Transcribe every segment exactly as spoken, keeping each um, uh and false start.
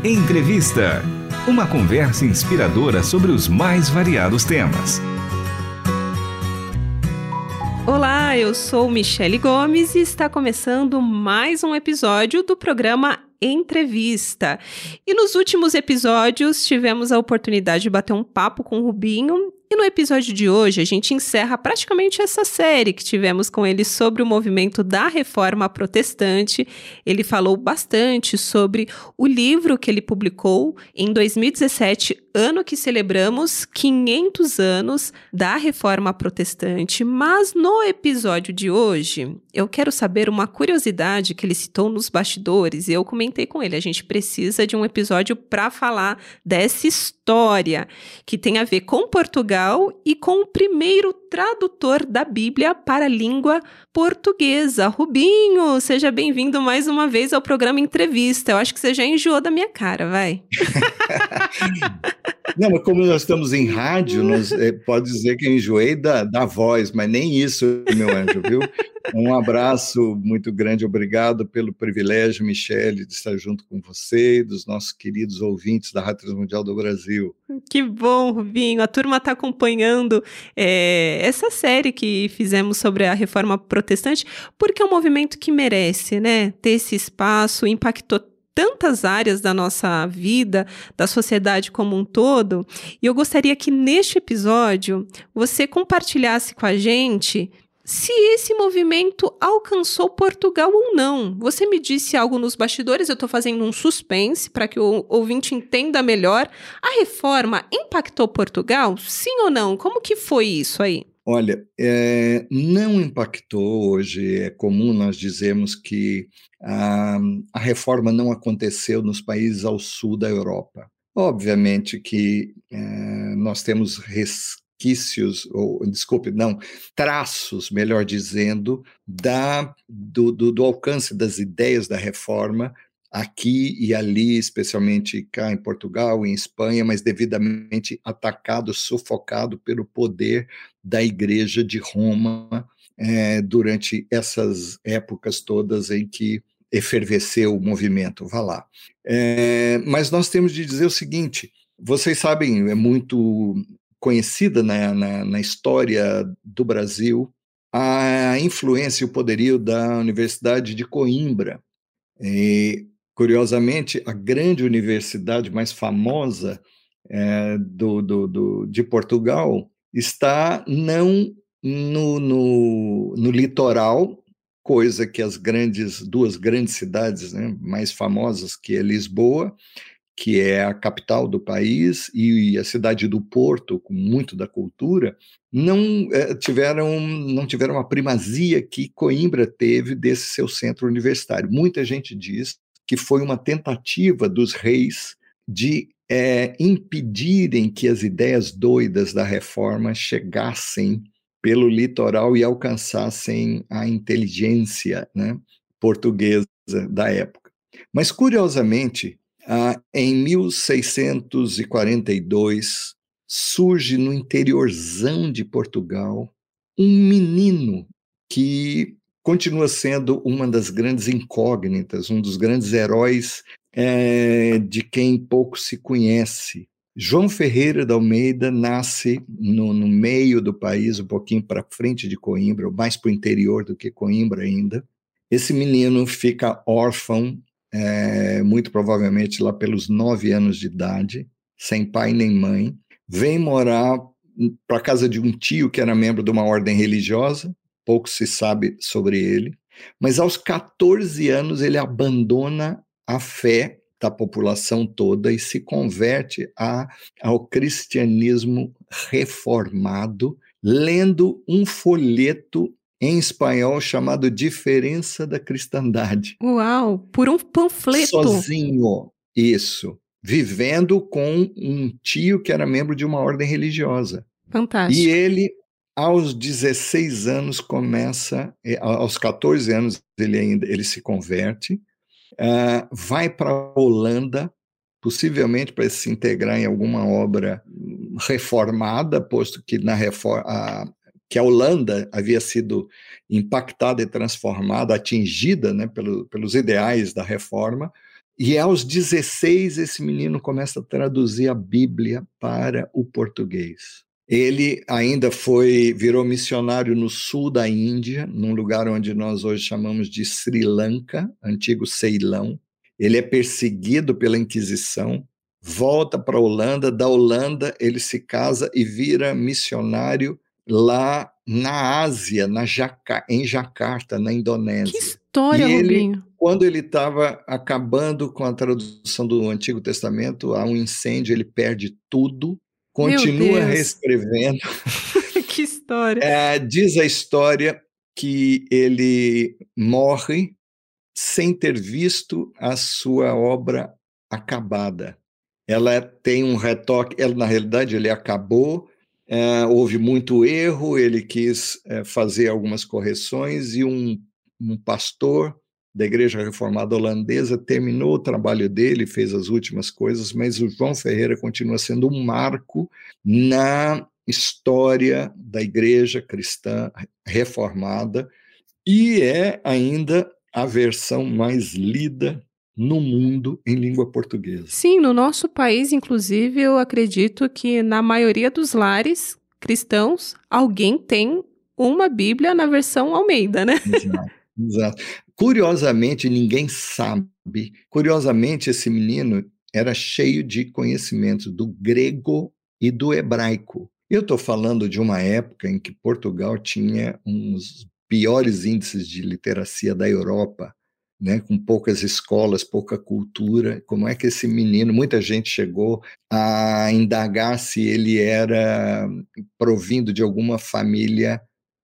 Entrevista. Uma conversa inspiradora sobre os mais variados temas. Olá, eu sou Michele Gomes e está começando mais um episódio do programa Entrevista. E nos últimos episódios tivemos a oportunidade de bater um papo com o Rubinho. E no episódio de hoje a gente encerra praticamente essa série que tivemos com ele sobre o movimento da Reforma Protestante. Ele falou bastante sobre o livro que ele publicou em dois mil e dezessete, ano que celebramos quinhentos anos da Reforma Protestante. Mas no episódio de hoje eu quero saber uma curiosidade que ele citou nos bastidores e eu comentei com ele, a gente precisa de um episódio para falar dessa história que tem a ver com Portugal e com o primeiro tradutor da Bíblia para a língua portuguesa. Rubinho, seja bem-vindo mais uma vez ao programa Entrevista. Eu acho que você já enjoou da minha cara, vai. Não, mas como nós estamos em rádio, nós, é, pode dizer que eu enjoei da, da voz, mas nem isso, meu anjo, viu? Um abraço muito grande, obrigado pelo privilégio, Michele, de estar junto com você e dos nossos queridos ouvintes da Rádio Transmundial do Brasil. Que bom, Rubinho. A turma está acompanhando é, essa série que fizemos sobre a Reforma Protestante, porque é um movimento que merece, né, ter esse espaço, impactou tantas áreas da nossa vida, da sociedade como um todo, e eu gostaria que neste episódio você compartilhasse com a gente se esse movimento alcançou Portugal ou não. Você me disse algo nos bastidores, eu estou fazendo um suspense para que o ouvinte entenda melhor. A reforma impactou Portugal? Sim ou não? Como que foi isso aí? Olha, é, não impactou. Hoje é comum nós dizermos que a, a reforma não aconteceu nos países ao sul da Europa. Obviamente que é, nós temos resquícios, ou desculpe, não, traços, melhor dizendo, da, do, do, do alcance das ideias da reforma aqui e ali, especialmente cá em Portugal, em Espanha, mas devidamente atacado, sufocado pelo poder da Igreja de Roma é, durante essas épocas todas em que efervesceu o movimento, vá lá. É, mas nós temos de dizer o seguinte, vocês sabem, é muito conhecida na, na, na história do Brasil a influência e o poderio da Universidade de Coimbra. E, curiosamente, a grande universidade mais famosa é, do, do, do, de Portugal está não no, no, no litoral, coisa que as grandes, duas grandes cidades, né, mais famosas, que é Lisboa, que é a capital do país, e a cidade do Porto, com muito da cultura, não é, tiveram, não tiveram a primazia que Coimbra teve desse seu centro universitário. Muita gente diz que foi uma tentativa dos reis de é, impedirem que as ideias doidas da reforma chegassem pelo litoral e alcançassem a inteligência, né, portuguesa da época. Mas, curiosamente, ah, em mil seiscentos e quarenta e dois, surge no interiorzão de Portugal um menino que continua sendo uma das grandes incógnitas, um dos grandes heróis é, de quem pouco se conhece. João Ferreira de Almeida nasce no, no meio do país, um pouquinho para frente de Coimbra, ou mais para o interior do que Coimbra ainda. Esse menino fica órfão, é, muito provavelmente lá pelos nove anos de idade, sem pai nem mãe, vem morar para a casa de um tio que era membro de uma ordem religiosa, pouco se sabe sobre ele, mas aos catorze anos ele abandona a fé da população toda e se converte a, ao cristianismo reformado, lendo um folheto em espanhol chamado Diferença da Cristandade. Uau, por um panfleto. Sozinho, isso. Vivendo com um tio que era membro de uma ordem religiosa. Fantástico. E ele, aos dezesseis anos, começa, aos catorze anos ele ainda ele se converte, uh, vai para a Holanda, possivelmente para se integrar em alguma obra reformada, posto que na reforma, a, que a Holanda havia sido impactada e transformada, atingida, né, pelo, pelos ideais da reforma, E aos dezesseis, esse menino começa a traduzir a Bíblia para o português. Ele ainda foi, virou missionário no sul da Índia, num lugar onde nós hoje chamamos de Sri Lanka, antigo Ceilão. Ele é perseguido pela Inquisição, volta para a Holanda, da Holanda ele se casa e vira missionário lá na Ásia, na Jaca, em Jacarta, na Indonésia. Que história, e ele, Rubinho! Quando ele estava acabando com a tradução do Antigo Testamento, há um incêndio, ele perde tudo, continua reescrevendo. Que história! É, diz a história que ele morre sem ter visto a sua obra acabada. Ela tem um retoque, ela, na realidade ele acabou, é, houve muito erro, ele quis é, fazer algumas correções e um, um pastor da Igreja Reformada Holandesa terminou o trabalho dele, fez as últimas coisas, mas o João Ferreira continua sendo um marco na história da Igreja Cristã Reformada e é ainda a versão mais lida no mundo em língua portuguesa. Sim, no nosso país, inclusive, eu acredito que na maioria dos lares cristãos, alguém tem uma Bíblia na versão Almeida, né? Exato, exato. Curiosamente, ninguém sabe, curiosamente esse menino era cheio de conhecimentos do grego e do hebraico. Eu estou falando de uma época em que Portugal tinha uns piores índices de literacia da Europa, né, com poucas escolas, pouca cultura. Como é que esse menino, muita gente chegou a indagar se ele era provindo de alguma família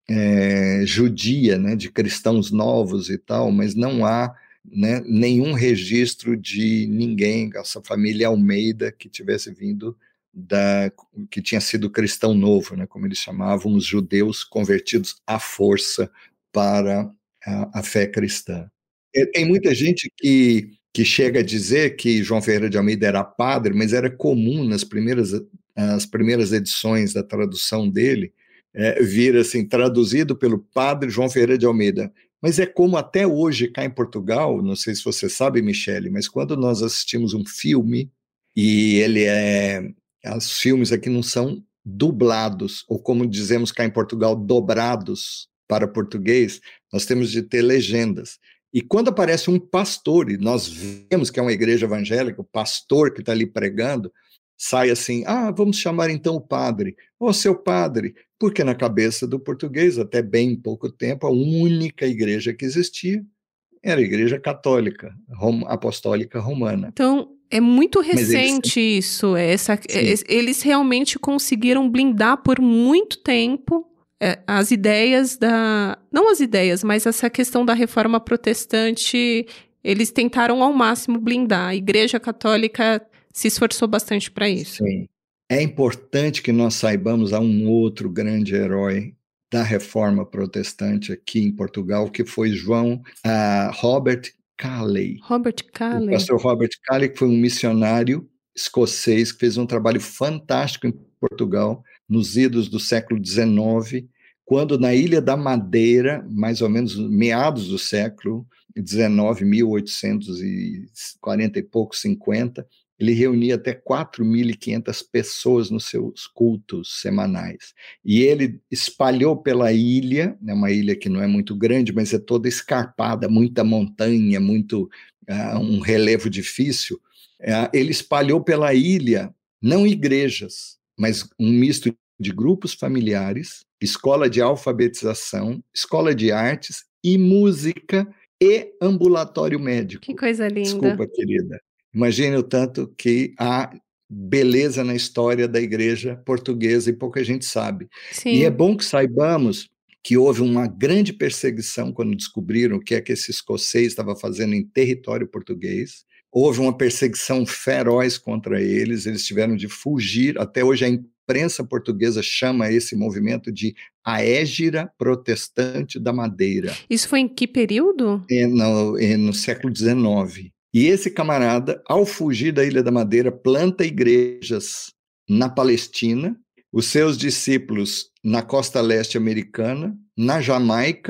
é, judia, né, de cristãos novos e tal, mas não há, né, nenhum registro de ninguém, essa família Almeida, que tivesse vindo da, que tinha sido cristão novo, né, como eles chamavam, os judeus convertidos à força para a, a fé cristã. Tem muita gente que, que chega a dizer que João Ferreira de Almeida era padre, mas era comum nas primeiras, as primeiras edições da tradução dele, é, vir assim, traduzido pelo padre João Ferreira de Almeida. Mas é como até hoje cá em Portugal, não sei se você sabe, Michele, mas quando nós assistimos um filme, e ele é... os filmes aqui não são dublados, ou como dizemos cá em Portugal, dobrados para português, nós temos de ter legendas. E quando aparece um pastor, e nós vemos que é uma igreja evangélica, o pastor que está ali pregando, sai assim, ah, vamos chamar então o padre. Ô, seu padre, porque na cabeça do português, até bem pouco tempo, a única igreja que existia era a igreja católica, rom- apostólica romana. Então, é muito recente eles... isso. Essa, eles realmente conseguiram blindar por muito tempo é, as ideias da... Não as ideias, mas essa questão da reforma protestante, eles tentaram ao máximo blindar. A Igreja Católica se esforçou bastante para isso. Sim. É importante que nós saibamos a um outro grande herói da reforma protestante aqui em Portugal, que foi João uh, Robert Calley. Robert Calley. O pastor Robert Calley, que foi um missionário escocês, que fez um trabalho fantástico em Portugal, nos idos do século dezenove, quando na Ilha da Madeira, mais ou menos meados do século dezenove, mil oitocentos e quarenta e pouco, cinquenta, ele reunia até quatro mil e quinhentas pessoas nos seus cultos semanais. E ele espalhou pela ilha, né, uma ilha que não é muito grande, mas é toda escarpada, muita montanha, muito, uh, um relevo difícil. Uh, ele espalhou pela ilha, não igrejas, mas um misto de grupos familiares, escola de alfabetização, escola de artes e música e ambulatório médico. Que coisa linda. Desculpa, querida. Imagine o tanto que há beleza na história da igreja portuguesa e pouca gente sabe. Sim. E é bom que saibamos que houve uma grande perseguição quando descobriram o que é que esse escocês estava fazendo em território português. Houve uma perseguição feroz contra eles, eles tiveram de fugir. Até hoje a imprensa portuguesa chama esse movimento de a Égira Protestante da Madeira. Isso foi em que período? É no, é no século dezenove. E esse camarada, ao fugir da Ilha da Madeira, planta igrejas na Palestina, os seus discípulos na costa leste americana, na Jamaica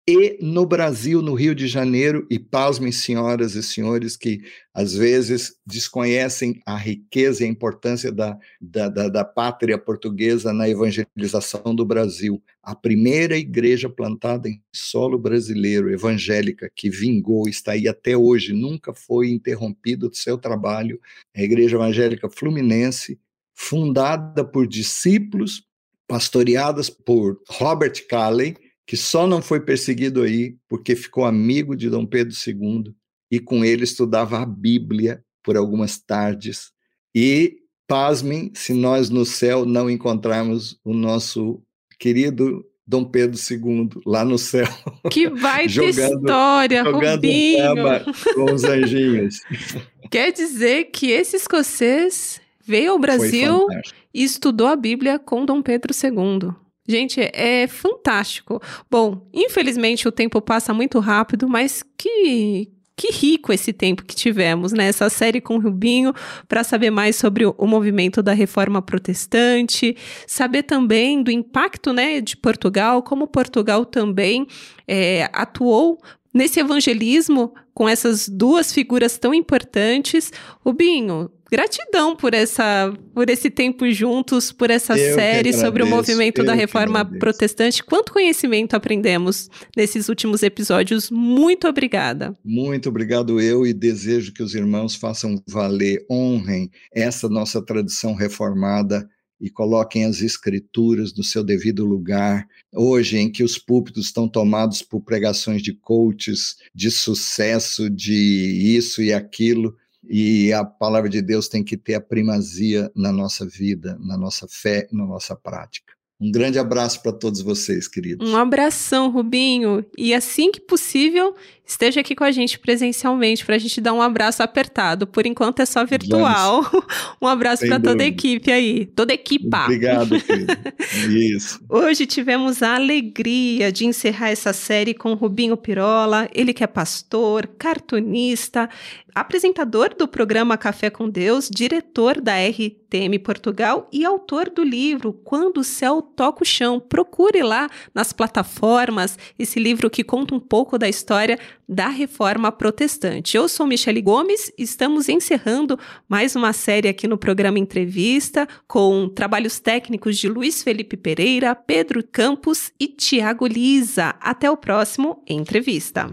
e no Brasil, no Rio de Janeiro, e pasmem, senhoras e senhores, que às vezes desconhecem a riqueza e a importância da, da, da, da pátria portuguesa na evangelização do Brasil. A primeira igreja plantada em solo brasileiro, evangélica, que vingou, está aí até hoje, nunca foi interrompido do seu trabalho, é a Igreja Evangélica Fluminense, fundada por discípulos, pastoreadas por Robert Calley, que só não foi perseguido aí porque ficou amigo de Dom Pedro segundo e com ele estudava a Bíblia por algumas tardes. E, pasmem, se nós no céu não encontrarmos o nosso querido Dom Pedro segundo lá no céu. Que baita jogando, história, jogando Rubinho! Com os anjinhos. Quer dizer que esse escocês veio ao Brasil e estudou a Bíblia com Dom Pedro segundo. Gente, é fantástico. Bom, infelizmente o tempo passa muito rápido, mas que, que rico esse tempo que tivemos, né? Essa série com o Rubinho, para saber mais sobre o, o movimento da Reforma Protestante, saber também do impacto, né, de Portugal, como Portugal também é, atuou nesse evangelismo com essas duas figuras tão importantes. Rubinho, gratidão por, essa, por esse tempo juntos, por essa eu série sobre o movimento da Reforma Protestante. Quanto conhecimento aprendemos nesses últimos episódios. Muito obrigada. Muito obrigado eu, e desejo que os irmãos façam valer, honrem essa nossa tradição reformada e coloquem as escrituras no seu devido lugar. Hoje, em que os púlpitos estão tomados por pregações de coaches, de sucesso, de isso e aquilo, e a palavra de Deus tem que ter a primazia na nossa vida, na nossa fé e na nossa prática. Um grande abraço para todos vocês, queridos. Um abração, Rubinho. E assim que possível, esteja aqui com a gente presencialmente para a gente dar um abraço apertado. Por enquanto é só virtual. Vamos. Um abraço para toda a equipe aí, toda a equipa. Obrigado, querido. Isso. Hoje tivemos a alegria de encerrar essa série com Rubinho Pirola, ele que é pastor, cartunista, apresentador do programa Café com Deus, diretor da R T M Portugal e autor do livro Quando o Céu Toca o Chão. Procure lá nas plataformas esse livro que conta um pouco da história da Reforma Protestante. Eu sou Michele Gomes, estamos encerrando mais uma série aqui no programa Entrevista, com trabalhos técnicos de Luiz Felipe Pereira, Pedro Campos e Tiago Lisa. Até o próximo Entrevista.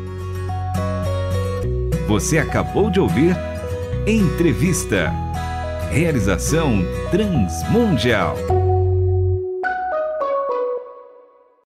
Você acabou de ouvir Entrevista. Realização Transmundial.